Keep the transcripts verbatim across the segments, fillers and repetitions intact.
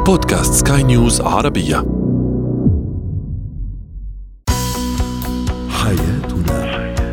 بودكاست سكاي نيوز عربية. حياتنا.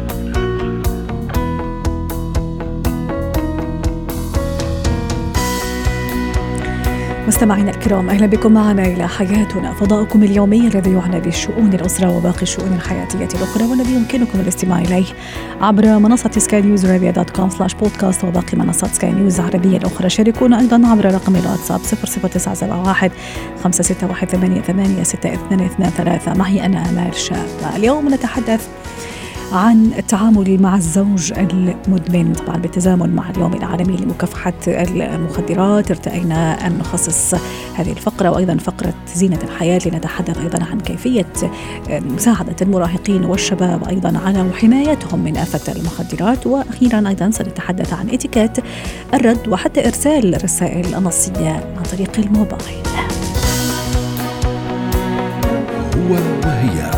مستمعينا الكرام، أهلا بكم معنا إلى حياتنا، فضاؤكم اليومي الذي يعنى بشؤون الأسرة وباقي الشؤون الحياتية الأخرى، والذي يمكنكم الاستماع إليه عبر منصة سكاي نيوز عربية دوت كوم سلاش بودكاست وباقي منصات سكاي نيوز عربية الأخرى. شاركونا أيضا عبر رقم الواتساب صفر صفر تسعة سبعة واحد خمسة ستة واحد ثمانية ثمانية ستة اثنين اثنين ثلاثة. معي أنا آمال شاب. اليوم نتحدث عن التعامل مع الزوج المدمن، طبعا بالتزامن مع اليوم العالمي لمكافحة المخدرات. ارتأينا أن نخصص هذه الفقرة وأيضا فقرة زينة الحياة لنتحدث أيضا عن كيفية مساعدة المراهقين والشباب أيضا على حمايتهم من آفة المخدرات. وأخيرا أيضا سنتحدث عن اتيكيت الرد وحتى إرسال رسائل نصية عن طريق الموبايل. هو وهي.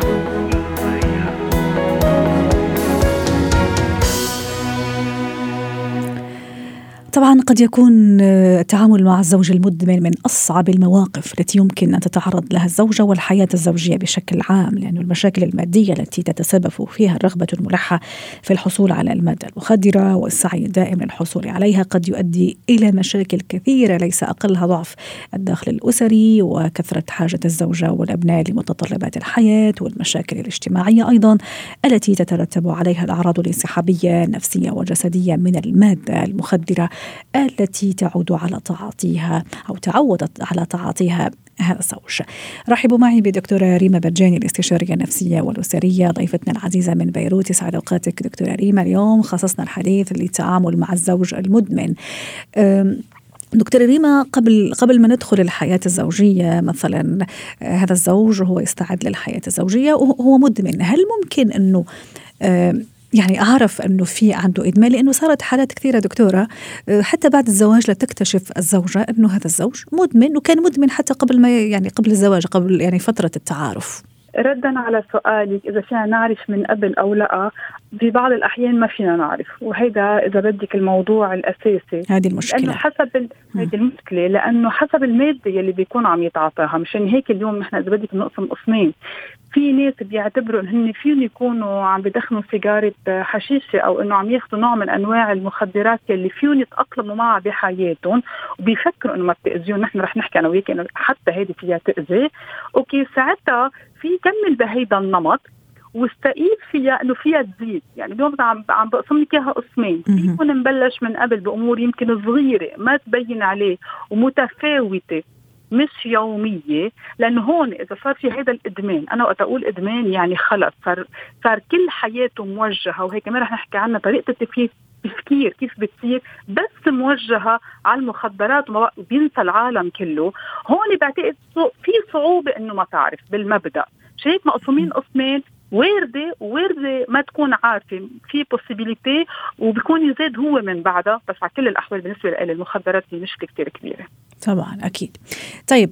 طبعا قد يكون التعامل مع الزوج المدمن من أصعب المواقف التي يمكن أن تتعرض لها الزوجة والحياة الزوجية بشكل عام، لأن المشاكل المادية التي تتسبب فيها الرغبة الملحة في الحصول على المادة المخدرة والسعي الدائم للحصول عليها قد يؤدي إلى مشاكل كثيرة ليس أقلها ضعف الدخل الأسري وكثرة حاجة الزوجة والأبناء لمتطلبات الحياة، والمشاكل الاجتماعية أيضا التي تترتب عليها الأعراض الانسحابية النفسية والجسدية من المادة المخدرة التي تعود على تعاطيها أو تعودت على تعاطيها هذا الزوج. رحبوا معي بدكتورة ريما برجاني، الاستشارية النفسية والأسرية، ضيفتنا العزيزة من بيروت. يسعد أوقاتك دكتورة ريما. اليوم خصصنا الحديث للتعامل مع الزوج المدمن. دكتورة ريما، قبل قبل ما ندخل الحياة الزوجية، مثلا هذا الزوج هو يستعد للحياة الزوجية وهو مدمن، هل ممكن أنه يعني أعرف أنه في عنده إدمان؟ لأنه صارت حالات كثيرة دكتورة حتى بعد الزواج لا تكتشف الزوجة أنه هذا الزوج مدمن، وكان مدمن حتى قبل ما يعني قبل الزواج، قبل يعني فترة التعارف. ردا على سؤالك إذا فينا نعرف من قبل أو لا، في بعض الأحيان ما فينا نعرف، وهذا إذا بدك الموضوع الأساسي. هذه المشكلة. لأنه حسب ال... هذه المشكلة لأنه حسب المادة اللي بيكون عم يتعاطاها. مشان هيك اليوم نحن إذا بدك نقسم قسمين. في ناس بيعتبروا إن فيهم يكونوا عم بدخنوا سيجارة حشيشة أو إنه عم ياخذوا نوع من أنواع المخدرات اللي فيهم يتأقلموا معها بحياتهم، وبيفكروا إنه ما بتأذيهم. نحن رح نحكي أنا وياك إنه حتى هذه فيها تأذي. أوكي، ساعتها في كمل بهيدا النمط واستقيل فيها إنه فيها تزيد. يعني اليوم عم عم بقسم لك إياها قسمين. فيكون مبلش من قبل بأمور يمكن صغيرة ما تبين عليه ومتفاوتة مش يومية، لأنه هون إذا صار في هذا الإدمان، أنا وقت أقول إدمان يعني خلص صار صار كل حياته موجهة، وهيك ما رح نحكي عنها طريقة التفكير تفكير كيف بتصير بس موجهة على المخدرات وبينسى العالم كله. هون بعتقد في صعوبة إنه ما تعرف بالمبدأ. شيء مقسومين قسمين، واردة وواردة ما تكون عارفة، في possibility وبيكون يزيد هو من بعدها. بس على كل الأحوال بالنسبة للمخدرات هي مشكلة كتير كبيرة. طبعا أكيد. طيب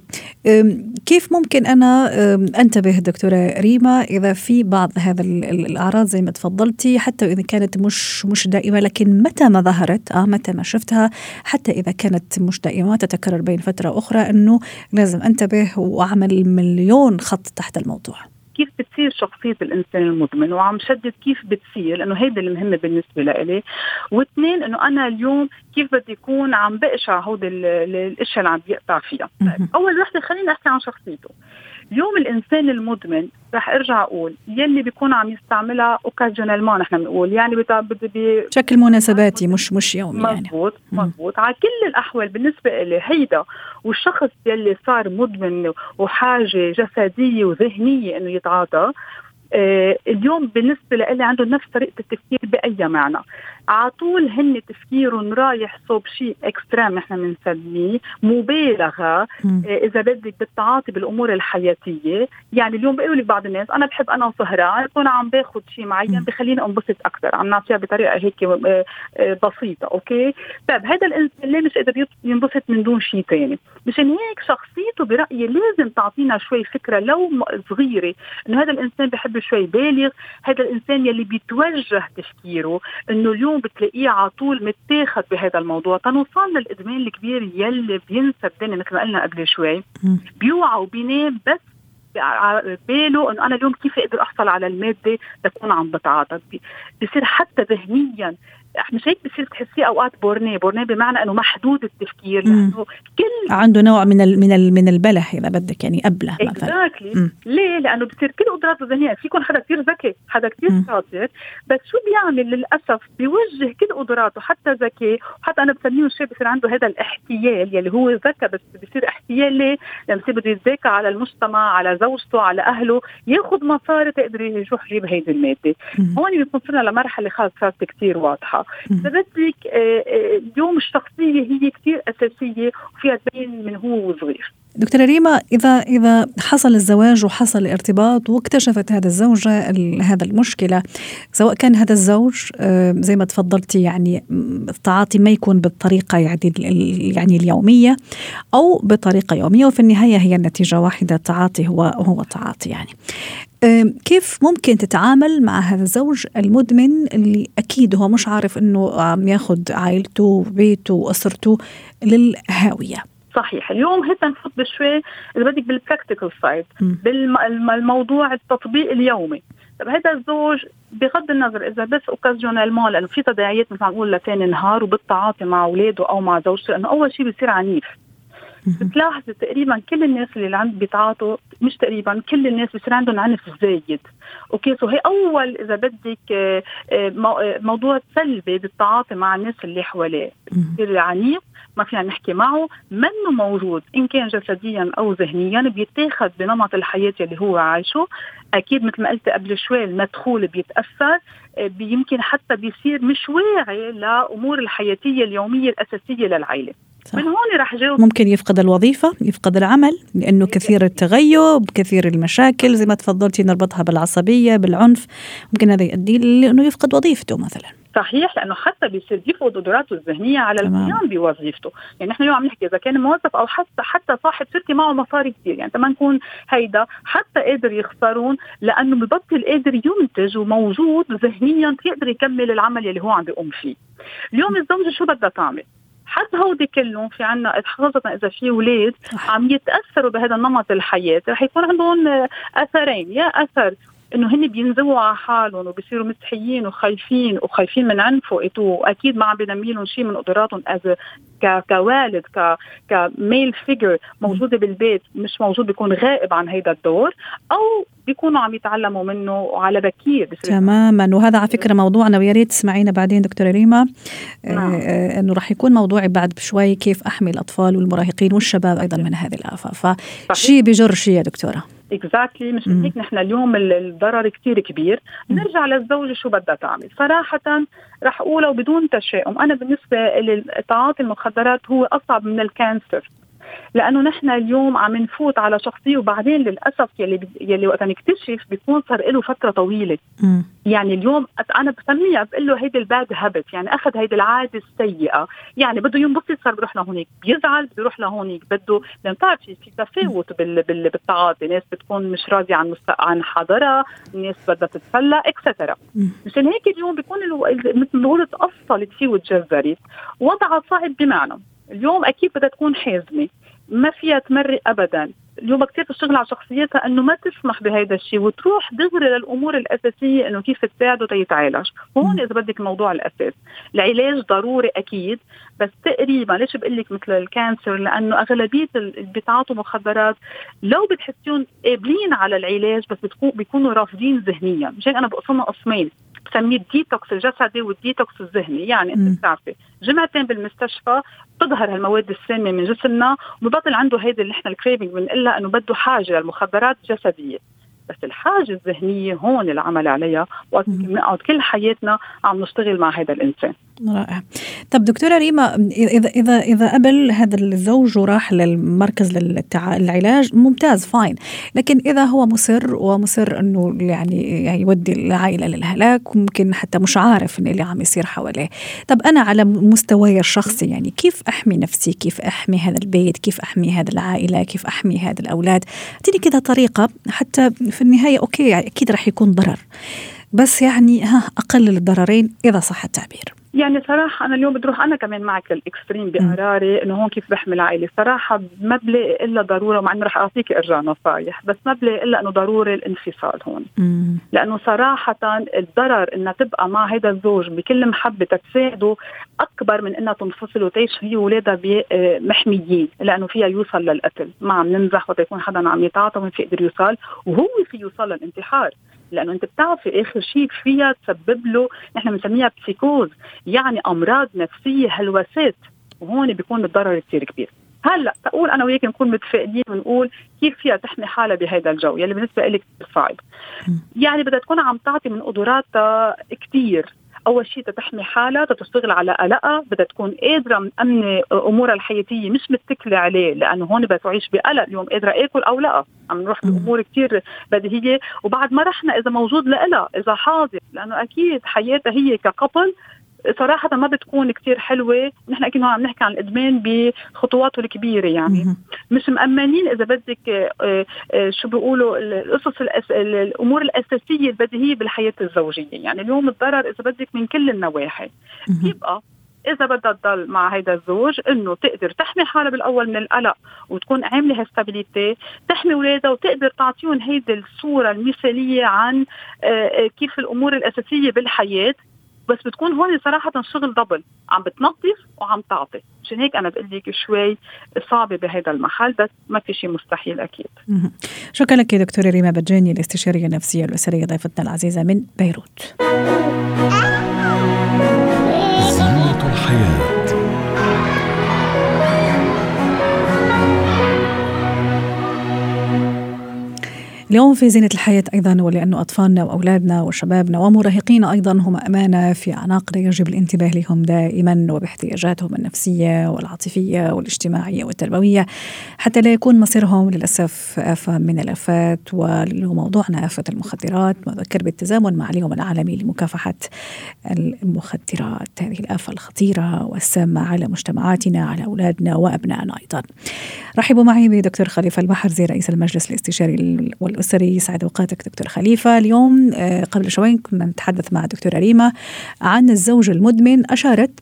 كيف ممكن أنا أنتبه دكتورة ريما إذا في بعض هذا الأعراض زي ما تفضلتي، حتى إذا كانت مش مش دائمة، لكن متى ما ظهرت آه متى ما شفتها، حتى إذا كانت مش دائمة تتكرر بين فترة أخرى، إنه لازم أنتبه وأعمل مليون خط تحت الموضوع. كيف بتصير شخصية الإنسان المدمن، وعم شدد كيف بتصير لأنه هيدا المهم بالنسبة لإلي. واثنين إنه أنا اليوم كيف بدي يكون عم بقشع هود الأشياء اللي عم بيقطع فيها. أول وحدة خلينا نحكي عن شخصيته. اليوم الإنسان المدمن رح أرجع أقول يلي بيكون عم يستعملها أوكاجونال ما نحن بنقول، يعني بدي بشكل مناسباتي مش مش يومي. يعني مزبوط مزبوط. على كل الأحوال بالنسبة إلي هيدا، والشخص يلي صار مدمن وحاجة جسدية وذهنية إنه يتعاطى آه اليوم بالنسبة لي عنده نفس طريقة التفكير بأي معنى. عطول هن تفكيرهم رايح صوب شيء اكستريم نحن بنسميه مبالغة آه إذا بدك بالتعاطي بالأمور الحياتية. يعني اليوم بيقولوا لك بعض الناس أنا بحب أنا وسهران أكون عم باخد شيء معين بخليني أنبسط أكثر، عم نعطيها بطريقة هيك آه آه بسيطة. أوكي طيب هذا الإنسان ليه مش قادر ينبسط من دون شيء تاني؟ مشان هيك شخصيته برأيي لازم تعطينا شوي فكرة لو صغيرة إنه هذا الإنسان بحب قبل شوي بالغ، هذا الإنسان يلي بيتوجه تفكيره إنه اليوم بتلاقيه على طول متاخد بهذا الموضوع، تنوصل للإدمان الكبير يلي بينسى الدنيا مثل ما قلنا قبل شوي، بيوعى وبينام بس باله إنه أنا اليوم كيف أقدر أحصل على المادة تكون عم بتعاطى. بيصير حتى ذهنيا مش هيك، بصير تحسيه اوقات بورنيه بورنيه بمعنى انه محدود التفكير، لانه كل عنده نوع من ال من ال من البله اذا بدك، يعني ابله مثلا. exactly. ليه؟ لانه بصير كل قدراته الذهنيه، في يكون حدا كثير ذكي، حدا كثير شاطر، بس شو بيعمل للاسف بيوجه كل قدراته حتى ذكي، وحتى انا بسميه الشيء بصير عنده هذا الاحتيال يلي هو ذكي بس بصير احتيال. ليه؟ لانه بصير بده يتذاكى على المجتمع، على زوجته، على اهله، ياخذ مصاري تقدر يروح يجيب هيدي الماده. هون بنكون صرنا لمرحله خاصه صارت كثير واضحه. بدك اليوم الشخصية هي كتير أساسية وفيها تبين من هو وصغير. دكتورة ريما، إذا إذا حصل الزواج وحصل الارتباط واكتشفت هذا الزوجة هذا المشكلة، سواء كان هذا الزوج زي ما تفضلتي يعني التعاطي ما يكون بالطريقة يعني يعني اليومية أو بطريقة يومية، وفي النهاية هي النتيجة واحدة، التعاطي هو هو تعاطي يعني. كيف ممكن تتعامل مع هذا الزوج المدمن اللي أكيد هو مش عارف إنه عم ياخد عائلته وبيته وأسرته للهاوية؟ صحيح. اليوم هيك نفوت بشوي إذا بدك بالبراكتيكال سايد، بالموضوع التطبيق اليومي. طب هذا الزوج بغض النظر إذا بس أوكازيونيلمون، لأنه في تداعيات مثل ما نقول لثاني نهار وبالتعاطي مع أولاده أو مع زوجته، إنه أول شيء بيصير عنيف. بتلاحظ تقريبا كل الناس اللي عند بيتعاطوا، مش تقريبا كل الناس بيصير عندهم عنف زايد. اوكي، سو هي اول اذا بدك موضوع سلبي بالتعاطي مع الناس اللي حواليه، بيصير عنيف، ما فينا نحكي معه، منه موجود ان كان جسديا او ذهنيا، بيتاخذ بنمط الحياه اللي هو عايشه. اكيد مثل ما قلت قبل شوي المدخول بيتاثر، يمكن حتى بيصير مش واعي لامور الحياتيه اليوميه الاساسيه للعائله. من هون رح جاوب. ممكن يفقد الوظيفة، يفقد العمل، لأنه كثير التغيب، كثير المشاكل زي ما تفضلتي نربطها بالعصبية بالعنف، ممكن هذا يؤدي لأنه يفقد وظيفته مثلا. صحيح، لأنه حتى بيصير يفقد قدراته الذهنية على القيام بوظيفته. يعني نحن اليوم عم نحكي إذا كان موظف أو حتى حتى صاحب شركة معه مصاري كتير، يعني ما نكون هيدا حتى قادر يخسرون، لأنه ببطل قادر ينتج وموجود ذهنيا يقدر يكمل العمل اللي هو عم بيقوم فيه. اليوم الزوجة شو بدها تعمل؟ حتى هودي كلهم في عنا، خاصة إذا في أولاد عم يتأثروا بهذا النمط الحياة، رح يكون عندهم أثرين. يا أثر إنه هن بينزووا على حالهم وبيصيروا مستحيين وخايفين وخايفين من عنفقته، وأكيد ما عم بينميلهم شيء من قدراتهم أز ك كوالد ك كميل فيجر موجودة بالبيت، مش موجود، بيكون غائب عن هيدا الدور، أو بيكونوا عم يتعلموا منه على بكير. تماما. وهذا على فكرة موضوعنا، ويا ريت تسمعينا بعدين دكتورة ريما، نعم. آه انه راح يكون موضوعي بعد بشوي كيف احمي الاطفال والمراهقين والشباب ايضا من هذه الآفة، فشي بجر شي يا دكتورة. اكزاكتلي. مش هيك نحن اليوم الضرر كتير كبير. نرجع للزوجة شو بدها تعمل. صراحة رح أقوله وبدون تشاؤم، أنا بالنسبة للتعاطي المخدرات هو أصعب من الكانسر، لأنه نحن اليوم عم نفوت على شخصية، وبعدين للأسف يلي يلي وقت نكتشف بيكون صار له فترة طويلة. م. يعني اليوم أنا بسميها بقول له هيدي الباد هابت، يعني أخذ هيدي العادة السيئة، يعني بده ينبسط صار بيروح لهونيك، بيزعل بده يروح لهونيك، بده، لأن تعرف في تفاوت بال بال بالتعاطي، ناس بتكون مش راضية عن مست... عن حضرها، ناس بدها تتسلى اكسترا. مشان هيك اليوم بيكون مثل ما بقول تأصلت فيه وتجذرت، وضعها صعب بمعنى اليوم أكيد بدها تكون حازمة، ما فيها تمرق أبدا. اليوم كتير تشتغل على شخصيتها أنه ما تسمح بهذا الشيء، وتروح دغري للأمور الأساسية أنه كيف تساعده تيتعالج. وهون إذا بدك الموضوع الأساس العلاج ضروري أكيد، بس تقريبا ليش بقلك مثل الكانسر، لأنه أغلبية اللي بيتعاطوا مخدرات لو بتحسون قابلين على العلاج بس بيكونوا رافضين ذهنيا. مشان أنا بقسمها قسمين، بسميه الديتوكس الجسدي والديتوكس الذهني. يعني انت بتعرفي جمعتين بالمستشفى تظهر هالمواد السامه من جسمنا، وببطل عنده هيدا اللي احنا الكريفنج بنقلها انه بده حاجه للمخدرات جسديه، بس الحاجه الذهنيه هون العمل عليها، وقت بنقعد كل حياتنا عم نشتغل مع هذا الانسان. رائع. طب دكتورة ريما، إذا إذا إذا قبل هذا الزوج وراح للمركز للعلاج ممتاز فاين، لكن إذا هو مصر ومصر إنه يعني يودي العائلة للهلاك، وممكن حتى مش عارف إن اللي عم يصير حواليه، طب أنا على مستواي الشخصي يعني كيف أحمي نفسي، كيف أحمي هذا البيت، كيف أحمي هذا العائلة، كيف أحمي هذا الأولاد؟ أعطيني كده طريقة حتى في النهاية أوكي يعني أكيد رح يكون ضرر، بس يعني ها أقلل الضررين إذا صح التعبير. يعني صراحة أنا اليوم بروح أنا كمان معك للإكستريم بقراري إنه هون كيف بحمل عائلة. صراحة ما بلاقي إلا ضرورة، مع إنه رح أعطيك إرجاع نصايح، بس ما بلاقي إلا إنه ضروري الانفصال هون. مم. لأنه صراحة الضرر إنها تبقى مع هذا الزوج بكل محبة تساعده أكبر من إنها تنفصل وتعيش هي وولادها محميين، لأنه فيها يوصل للقتل. ما عم نمزح وقت يكون حدا عم يتعاطى وما في يقدر يوصل، وهو في يوصل للانتحار، لأنه أنت بتعرفي آخر شيء فيها تسبب له نحن بنسميها بسيكوز، يعني أمراض نفسية هلوسات، وهون بيكون الضرر كتير كبير. هلأ تقول أنا وياك نكون متفائلين ونقول كيف فيها تحمي حالها بهذا الجو يلي بالنسبة لك صعب. يعني بدها تكون عم تعطي من قدراتها كتير. أول شيء تتحمي حالها، تشتغل على قلقها، بدها تكون قادرة مأمنة أمورها الحياتية، مش متكلة عليه، لأنه هون بدها تعيش بقلق. اليوم قادرة آكل أو لا، عم نروح بأمور كتير بديهية، وبعد ما رحنا إذا موجود لها إذا حاضر، لأنه أكيد حياتها هي كقبل صراحة ما بتكون كتير حلوة. نحن أكيد عم نحكي عن الإدمان بخطواته الكبيرة، يعني مش مأمنين إذا بدك شو بيقولوا القصص الأس... الأمور الأساسية البديهية بالحياة الزوجية. يعني اليوم الضرر إذا بدك من كل النواحي. يبقى إذا بدها تضل مع هيدا الزوج إنه تقدر تحمي حالها بالأول من القلق وتكون عاملة هالستابيليتي، تحمي ولادها وتقدر تعطيهم هيدا الصورة المثالية عن كيف الأمور الأساسية بالحياة. بس بتكون هون صراحة شغل دبل، عم بتنظف وعم تعطي. عشان هيك أنا بقول لك شوي صعبة بهذا المحل، بس ما في شيء مستحيل أكيد. شكرا لك دكتورة ريما بجاني، الاستشارية النفسية الأسرية، ضيفتنا العزيزة من بيروت. زينة الحياة. اليوم في زينة الحياة أيضا، ولأنه أطفالنا وأولادنا وشبابنا ومراهقين أيضا هم أمانة في أعناقنا، يجب الانتباه لهم دائما وباحتياجاتهم النفسية والعاطفية والاجتماعية والتربوية، حتى لا يكون مصيرهم للأسف آفة من الآفات. وموضوعنا آفة المخدرات، نذكر بالتزامن مع اليوم العالمي لمكافحة المخدرات، هذه الآفة الخطيرة والسامة على مجتمعاتنا، على أولادنا وأبنائنا أيضا. رحبوا معي بدكتور خليفة البحرزي، رئيس المجلس الاستشاري والأسري. سعد أوقاتك دكتور خليفة. اليوم قبل شوي كنا نتحدث مع دكتورة ريما عن الزوج المدمن، أشارت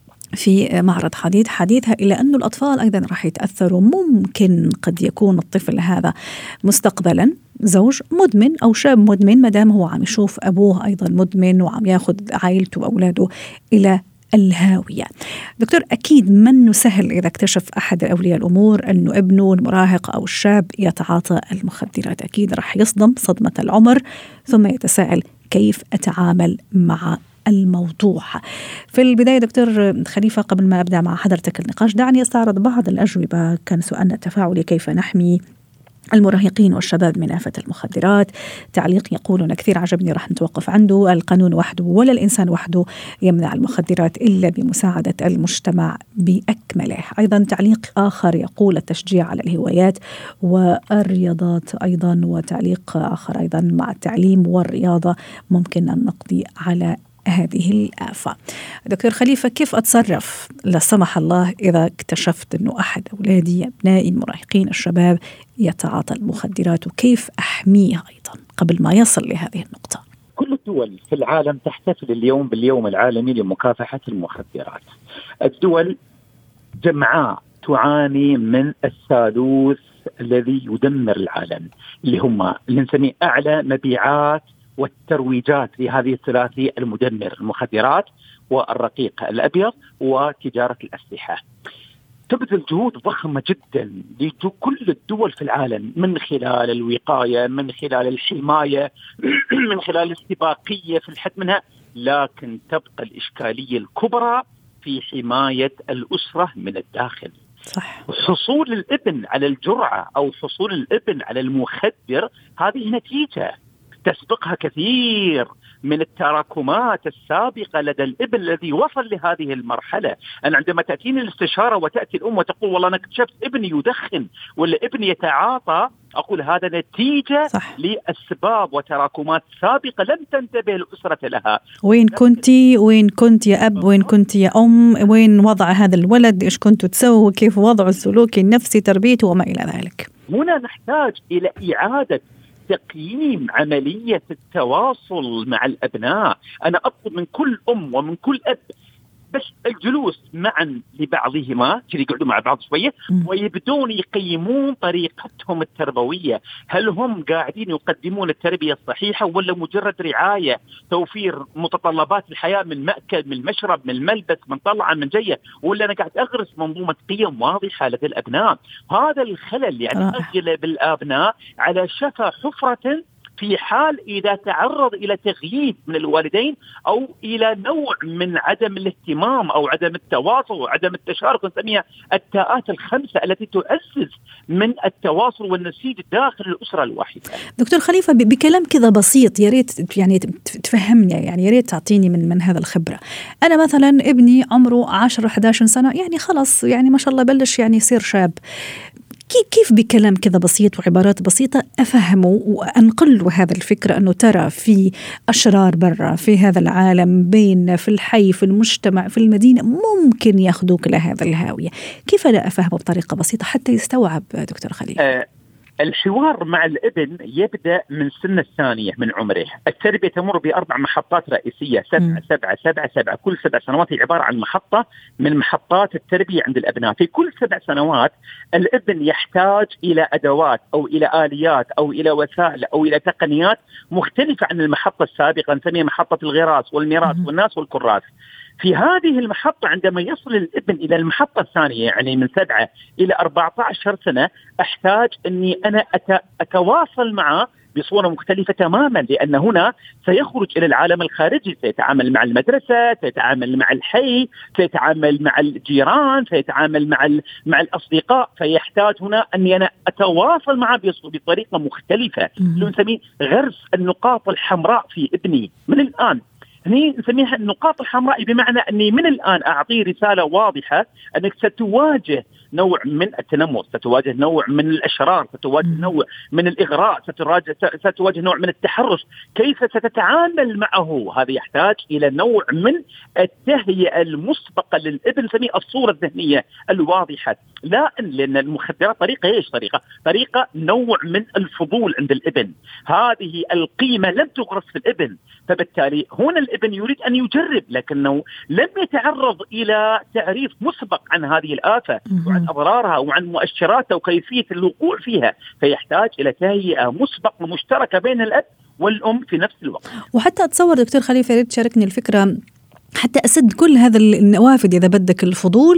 في معرض حديث حديثها إلى أن الأطفال أيضا راح يتأثروا. ممكن قد يكون الطفل هذا مستقبلا زوج مدمن أو شاب مدمن، مدام هو عم يشوف أبوه أيضا مدمن وعم ياخذ عائلته وأولاده إلى الهاوية. دكتور، أكيد منه سهل إذا اكتشف أحد أولياء الأمور أنه ابنه المراهق أو الشاب يتعاطى المخدرات، أكيد رح يصدم صدمة العمر، ثم يتساءل كيف أتعامل مع الموضوع. في البداية دكتور خليفة، قبل ما أبدأ مع حضرتك النقاش، دعني أستعرض بعض الأجوبة. كان سؤالنا التفاعلي: كيف نحمي المراهقين والشباب من آفة المخدرات؟ تعليق يقولون كثير عجبني، رح نتوقف عنده: القانون وحده ولا الإنسان وحده يمنع المخدرات إلا بمساعدة المجتمع بأكمله. أيضا تعليق آخر يقول: التشجيع على الهوايات والرياضات أيضا. وتعليق آخر أيضا: مع التعليم والرياضة ممكن أن نقضي على هذه الآفة. دكتور خليفة، كيف أتصرف لا سمح الله إذا اكتشفت أنه أحد أولادي أبنائي المراهقين الشباب يتعاطى المخدرات، وكيف أحميه أيضا قبل ما يصل لهذه النقطة؟ كل الدول في العالم تحتفل اليوم باليوم العالمي لمكافحة المخدرات. الدول جمعاء تعاني من الثالوث الذي يدمر العالم، اللي هم اللي نسميه أعلى مبيعات والترويجات لهذه الثلاثية المدمر: المخدرات والرقيق الأبيض وتجارة الأسلحة. تبذل جهود ضخمة جدا لكل الدول في العالم من خلال الوقاية، من خلال الحماية، من خلال الاستباقية في الحد منها، لكن تبقى الإشكالية الكبرى في حماية الأسرة من الداخل. صح. حصول الابن على الجرعة أو حصول الابن على المخدر هذه نتيجة تسبقها كثير من التراكمات السابقة لدى الابن الذي وصل لهذه المرحلة. أنا عندما تأتيني الاستشارة وتأتي الأم وتقول والله أنا اكتشفت ابني يدخن ولا ابني يتعاطى، أقول هذا نتيجة صح. لأسباب وتراكمات سابقة لم تنتبه الأسرة لها. وين كنتي؟ وين كنت يا أب؟ وين كنت يا أم؟ وين وضع هذا الولد؟ إيش كنتوا تسووا؟ كيف وضعه السلوكي النفسي، تربيته وما إلى ذلك؟ هنا نحتاج إلى إعادة تقييم عملية التواصل مع الأبناء. أنا أطلب من كل أم ومن كل أب بس الجلوس معا لبعضهما، يقعدوا مع بعض شوية ويبدون يقيمون طريقتهم التربوية. هل هم قاعدين يقدمون التربية الصحيحة ولا مجرد رعاية، توفير متطلبات الحياة من مأكل من مشرب من الملبس من طلعة من جية، ولا أنا قاعد أغرس منظومة قيم واضحة لدى الأبناء. هذا الخلل يعني أغلب الأبناء على شفا حفرة في حال إذا تعرض إلى تغييب من الوالدين أو إلى نوع من عدم الاهتمام أو عدم التواصل وعدم التشارك، نسميها التاءات الخمسة التي تؤسس من التواصل والنسيج داخل الأسرة الواحدة. دكتور خليفة، بكلام كذا بسيط يا ريت يعني تفهمني، يعني يا ريت تعطيني من من هذا الخبرة. أنا مثلا ابني عمره عشرة إحدى عشر سنة، يعني خلاص يعني ما شاء الله بلش يعني يصير شاب. كيف بكلام كذا بسيط وعبارات بسيطة أفهمه وأنقل له هذا الفكرة أنه ترى في أشرار برا في هذا العالم، بين في الحي في المجتمع في المدينة، ممكن ياخدوك لهذا الهاوية. كيف لا أفهمه بطريقة بسيطة حتى يستوعب دكتور خليل؟ أه الحوار مع الابن يبدأ من سن الثانية من عمره. التربية تمر بأربع محطات رئيسية، سبعة سبعة سبعة سبعة كل سبع سنوات هي عبارة عن محطة من محطات التربية عند الأبناء. في كل سبع سنوات الابن يحتاج إلى أدوات أو إلى آليات أو إلى وسائل أو إلى تقنيات مختلفة عن المحطة السابقة، نسميها محطة الغراس والميراث والناس والكراس. في هذه المحطة عندما يصل الابن إلى المحطة الثانية يعني من سبعة إلى أربعة عشر سنة، أحتاج أني أنا أتواصل معه بصورة مختلفة تماما، لأن هنا سيخرج إلى العالم الخارجي، سيتعامل مع المدرسة، سيتعامل مع الحي، سيتعامل مع الجيران، سيتعامل مع مع الأصدقاء. فيحتاج هنا أني أنا أتواصل معه بطريقة مختلفة، نسميه غرس النقاط الحمراء في ابني من الآن. هني نسميها النقاط الحمراء، بمعنى أني من الآن أعطيه رسالة واضحة أنك ستواجه نوع من التنمر، ستواجه نوع من الأشرار، ستواجه نوع من الإغراء، ستواجه نوع من التحرش. كيف ستتعامل معه؟ هذا يحتاج إلى نوع من التهيئة المسبقة للابن، نسميه الصورة الذهنية الواضحة. لا لأن المخدرات طريقة إيش؟ طريقة طريقة نوع من الفضول عند الابن. هذه القيمة لم تغرس في الابن، فبالتالي هنا الابن يريد أن يجرب لكنه لم يتعرض إلى تعريف مسبق عن هذه الآفة وعن أضرارها وعن مؤشراتها وكيفية الوقوع فيها، فيحتاج إلى تهيئة مسبقة مشتركة بين الأب والأم في نفس الوقت. وحتى أتصور دكتور خليفة يريد تشاركني الفكرة حتى أسد كل هذا النوافذ إذا بدك الفضول.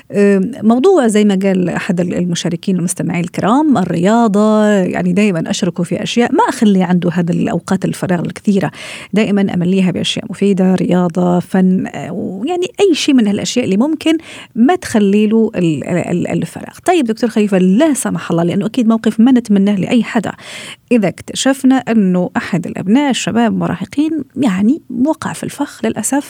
موضوع زي ما قال أحد المشاركين المستمعين الكرام، الرياضة، يعني دائما أشركوا في أشياء ما أخلي عنده هذا الأوقات الفراغ الكثيرة، دائما أمليها بأشياء مفيدة، رياضة، فن، يعني أي شيء من هالأشياء اللي ممكن ما تخلي له الفراغ. طيب دكتور خليفة، لا سمح الله، لأنه أكيد موقف ما نتمناه لأي حدا، إذا اكتشفنا أنه أحد الأبناء الشباب المراهقين يعني وقع في الفخ للأسف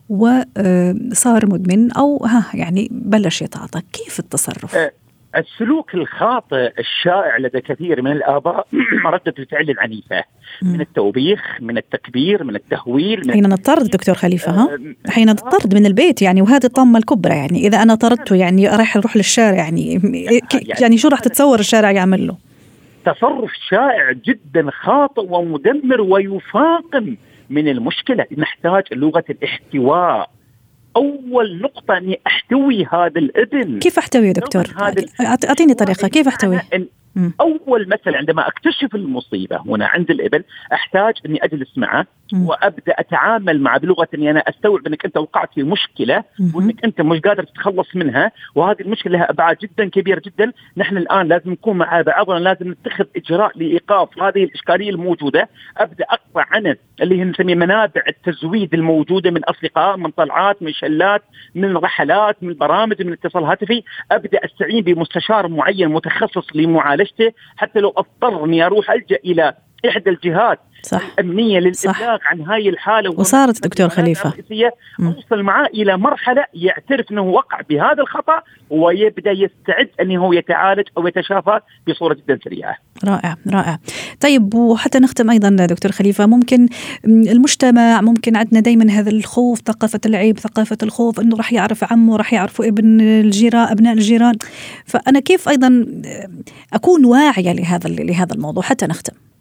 وصار مدمن أو ها يعني بلش يتعاطى، كيف التصرف؟ السلوك الخاطئ الشائع لدى كثير من الآباء ردة الفعل العنيفة، من التوبيخ، من التكبير، من التهويل، من حين نطرد دكتور خليفة، ها حين نطرد من البيت يعني، وهذه الطامة الكبرى يعني. إذا أنا طردته يعني راح يروح للشارع يعني يعني, يعني شو راح تتصور الشارع يعمل له؟ تصرف شائع جدا خاطئ ومدمر ويفاقم من المشكلة. نحتاج لغة الاحتواء. أول نقطة أني أحتوي هذا الابن. كيف أحتوي يا دكتور؟ أعطيني طريقة كيف أحتوي. أول مثل عندما أكتشف المصيبة هنا عند الابن، أحتاج أني أجلس معه وأبدأ أتعامل معه بلغة أني أنا أستوعب أنك أنت وقعت في مشكلة وأنك أنت مش قادر تتخلص منها، وهذه المشكلة لها أبعاد جدا كبيرة جدا. نحن الآن لازم نكون مع بعضنا، لازم نتخذ إجراء لإيقاف هذه الإشكالية الموجودة. أبدأ أقطع عنه اللي هي نسميه منابع التزويد الموجودة من أصدقاء، من طلعات، من شلات، من رحلات، من برامج، من اتصال هاتفي. أبدأ أستعين بمستشار معين متخصص لمعالجة حتى لو اضطر اني اروح الجا الى احدى الجهات صح. الامنيه للابلاغ عن هاي الحاله. وصارت دكتور خليفه اوصل معاه الى مرحله يعترف انه وقع بهذا الخطا ويبدا يستعد انه يتعالج او يتشافى بصوره جدا سريعه. رائع رائع. طيب وحتى نختم ايضا دكتور خليفه، ممكن المجتمع ممكن عندنا دائما هذا الخوف، ثقافه العيب، ثقافه الخوف، انه راح يعرف عمه، راح يعرفوا ابن الجيران، ابناء الجيران. فانا كيف ايضا اكون واعيه لهذا لهذا الموضوع حتى نختم؟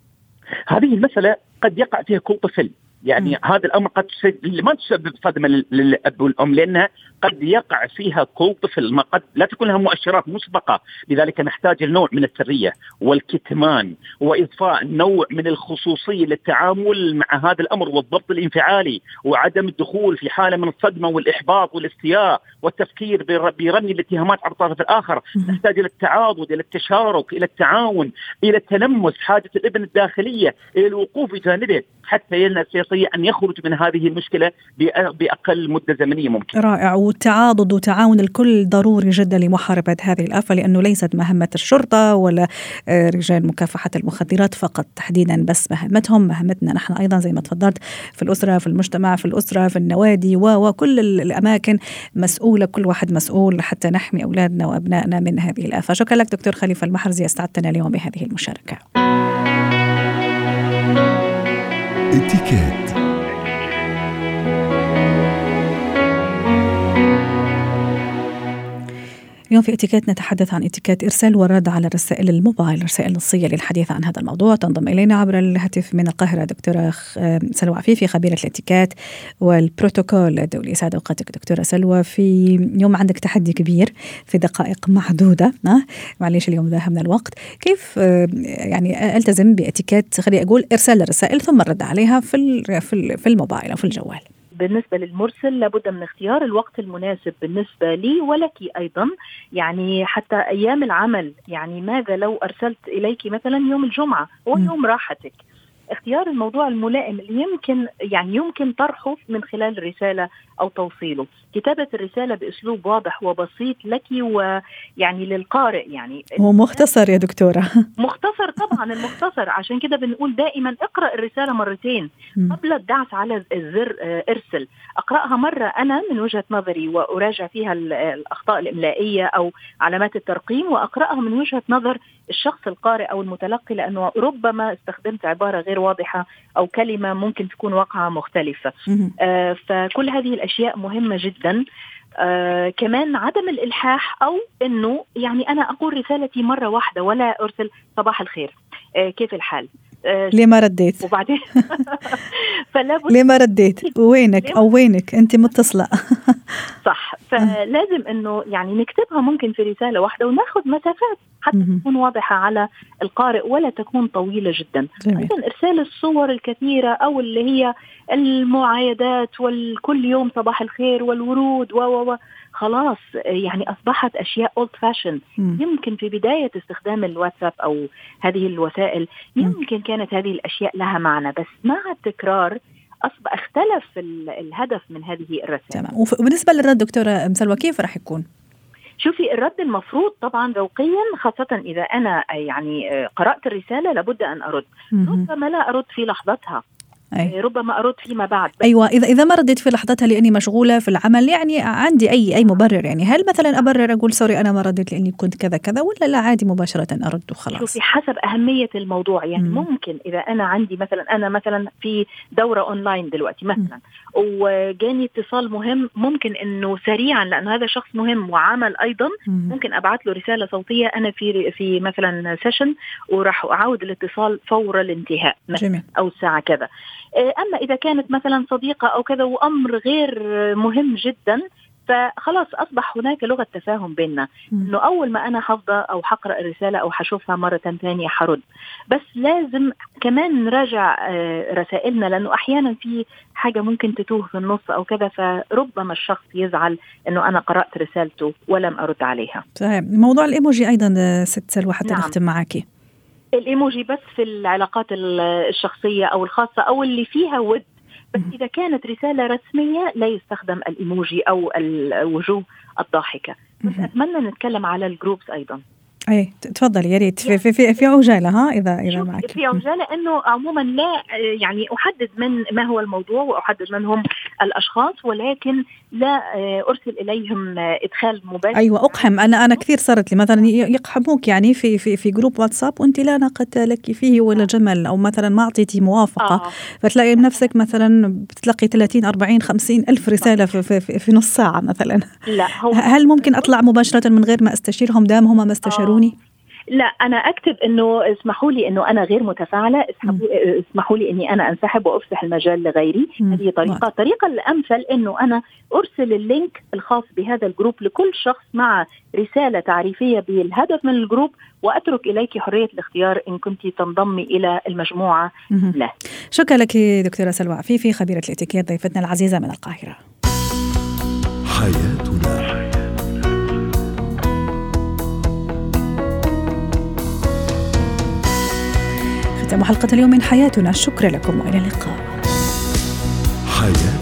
هذه المسألة قد يقع فيها كل طفل، يعني م. هذا الأمر قد ما تسبب صدمة للأب والأم، لأنها قد يقع فيها كل طفل، ما قد لا تكون لها مؤشرات مسبقة. لذلك نحتاج النوع من السرية والكتمان وإضفاء نوع من الخصوصية للتعامل مع هذا الأمر والضبط الانفعالي، وعدم الدخول في حالة من الصدمة والإحباط والاستياء والتفكير برمي الاتهامات على الطرف الآخر. م. نحتاج إلى التعاضد، إلى التشارك، إلى التعاون، إلى التلمس حاجة الابن الداخلية، إلى الوقوف بجانبه حتى يستطيع أن يخرج من هذه المشكلة بأقل مدة زمنية ممكن. رائع. والتعاضد وتعاون الكل ضروري جدا لمحاربة هذه الآفة، لأنه ليست مهمة الشرطة ولا رجال مكافحة المخدرات فقط تحديدا، بس مهمتهم مهمتنا نحن أيضا زي ما تفضلت، في الأسرة، في المجتمع، في الأسرة، في النوادي وكل الأماكن مسؤولة، كل واحد مسؤول حتى نحمي أولادنا وأبنائنا من هذه الآفة. شكرا لك دكتور خليفة المحرزي، استعدتنا اليوم بهذه المشاركة. اتكات. اليوم في اتكات نتحدث عن اتكات إرسال والرد على رسائل الموبايل، رسائل نصية. للحديث عن هذا الموضوع تنضم إلينا عبر الهاتف من القاهرة دكتورة سلوى عفيفي، خبيرة الاتكات والبروتوكول الدولي. سعد أوقاتك دكتورة سلوى. في يوم عندك تحدي كبير في دقائق محدودة، معليش اليوم ذا من الوقت، كيف يعني ألتزم باتكات، خلي أقول إرسال الرسائل ثم الرد عليها في في الموبايل أو في الجوال؟ بالنسبة للمرسل لابد من اختيار الوقت المناسب بالنسبة لي ولك أيضا، يعني حتى أيام العمل، يعني ماذا لو أرسلت إليك مثلا يوم الجمعة هو يوم راحتك، اختيار الموضوع الملائم اللي يمكن يعني يمكن طرحه من خلال رسالة أو توصيله، كتابة الرسالة بأسلوب واضح وبسيط لك ويعني للقارئ، يعني ومختصر يا دكتورة. مختصر طبعا، المختصر عشان كده بنقول دائما اقرأ الرسالة مرتين قبل الدعس على الزر ارسل. اقرأها مرة أنا من وجهة نظري وأراجع فيها الأخطاء الإملائية أو علامات الترقيم، وأقرأها من وجهة نظر الشخص القارئ أو المتلقي، لأنه ربما استخدمت عبارة غير واضحة أو كلمة ممكن تكون واقعة مختلفة. آه فكل هذه الأشياء مهمة جدا. آه كمان عدم الإلحاح، أو أنه يعني أنا أقول رسالتي مرة واحدة ولا أرسل صباح الخير، آه كيف الحال، آه ليه ما رديت، وبعدين فلا ليه ما رديت، وينك أو وينك أنت متصلة. صح، فلازم أنه يعني نكتبها ممكن في رسالة واحدة وناخد مسافات حتى تكون واضحة على القارئ ولا تكون طويلة جدا. أيضا إرسال الصور الكثيرة أو اللي هي المعايدات والكل يوم صباح الخير والورود و و خلاص يعني أصبحت أشياء old fashion. يمكن في بداية استخدام الواتساب أو هذه الوسائل يمكن كانت هذه الأشياء لها معنى، بس مع التكرار أصبح اختلف الهدف من هذه الرسائل. تمام. وبالنسبة للرد دكتورة سلوى كيف رح يكون؟ شوفي، الرد المفروض طبعا ذوقيا، خاصة إذا أنا يعني قرأت الرسالة لابد أن أرد. ربما لا أرد في لحظتها، أي. ربما أرد فيما بعد. أيوة، إذا إذا ما رديت في لحظتها لأني مشغولة في العمل، يعني عندي أي أي مبرر، يعني هل مثلا أبرر أقول سوري أنا ما رديت لأني كنت كذا كذا، ولا لا عادي مباشرة أرد وخلاص؟ شوفي، حسب أهمية الموضوع. يعني مم. ممكن إذا أنا عندي مثلا أنا مثلا في دورة أونلاين دلوقتي مثلا مم. وجاني اتصال مهم، ممكن إنه سريعا لأن هذا شخص مهم وعمل أيضا مم. ممكن أبعت له رسالة صوتية أنا في في مثلا سيشن وراح أعود الاتصال فور الانتهاء أو ساعة كذا. أما إذا كانت مثلا صديقة أو كذا وأمر غير مهم جدا، فخلاص أصبح هناك لغة تفاهم بيننا، إنه أول ما أنا حفظة أو حقرأ الرسالة أو حشوفها مرة ثانية حرد. بس لازم كمان نراجع رسائلنا، لأنه أحيانا في حاجة ممكن تتوه في النص أو كذا، فربما الشخص يزعل إنه أنا قرأت رسالته ولم أرد عليها. صحيح. موضوع الإيموجي أيضا ست سلوى حتى نعم. نختم معاكي. الإيموجي بس في العلاقات الشخصية أو الخاصة أو اللي فيها ود، بس إذا كانت رسالة رسمية لا يستخدم الإيموجي أو الوجوه الضاحكة. بس أتمنى نتكلم على الجروبس أيضا. أي تفضل يا ريت في في في عجالة ها إذا إذا معك. في عجالة إنه عموما لا يعني أحدد من ما هو الموضوع وأحدد من هم الأشخاص، ولكن لا أرسل إليهم إدخال مباشر. أيوة أقحم. أنا أنا كثير صارت لي مثلا يقحموك يعني في في في جروب واتساب وأنت لا ناقة لك فيه ولا جمل، أو مثلا ما أعطيتي موافقة آه. فتلاقي نفسك مثلا بتلاقي ثلاثين أربعين خمسين ألف رسالة في في في, في نص ساعة مثلا. لا هو هل ممكن أطلع مباشرة من غير ما أستشيرهم دام هم ما استشاروا؟ لا أنا أكتب إنه اسمحوا لي إنه أنا غير متفاعلة، اسمحوا لي إني أنا أنسحب وأفسح المجال لغيري. هذه طريقة. الطريقة الأمثل إنه أنا أرسل اللينك الخاص بهذا الجروب لكل شخص مع رسالة تعريفية بالهدف من الجروب، وأترك إليك حرية الاختيار إن كنت تنضمي إلى المجموعة. لا. شكرا لك دكتورة سلوى عفيفي خبيرة الاتيكيت ضيفتنا العزيزة من القاهرة. حياتنا. ختام حلقة اليوم من حياتنا، شكرا لكم وإلى اللقاء. حياتنا.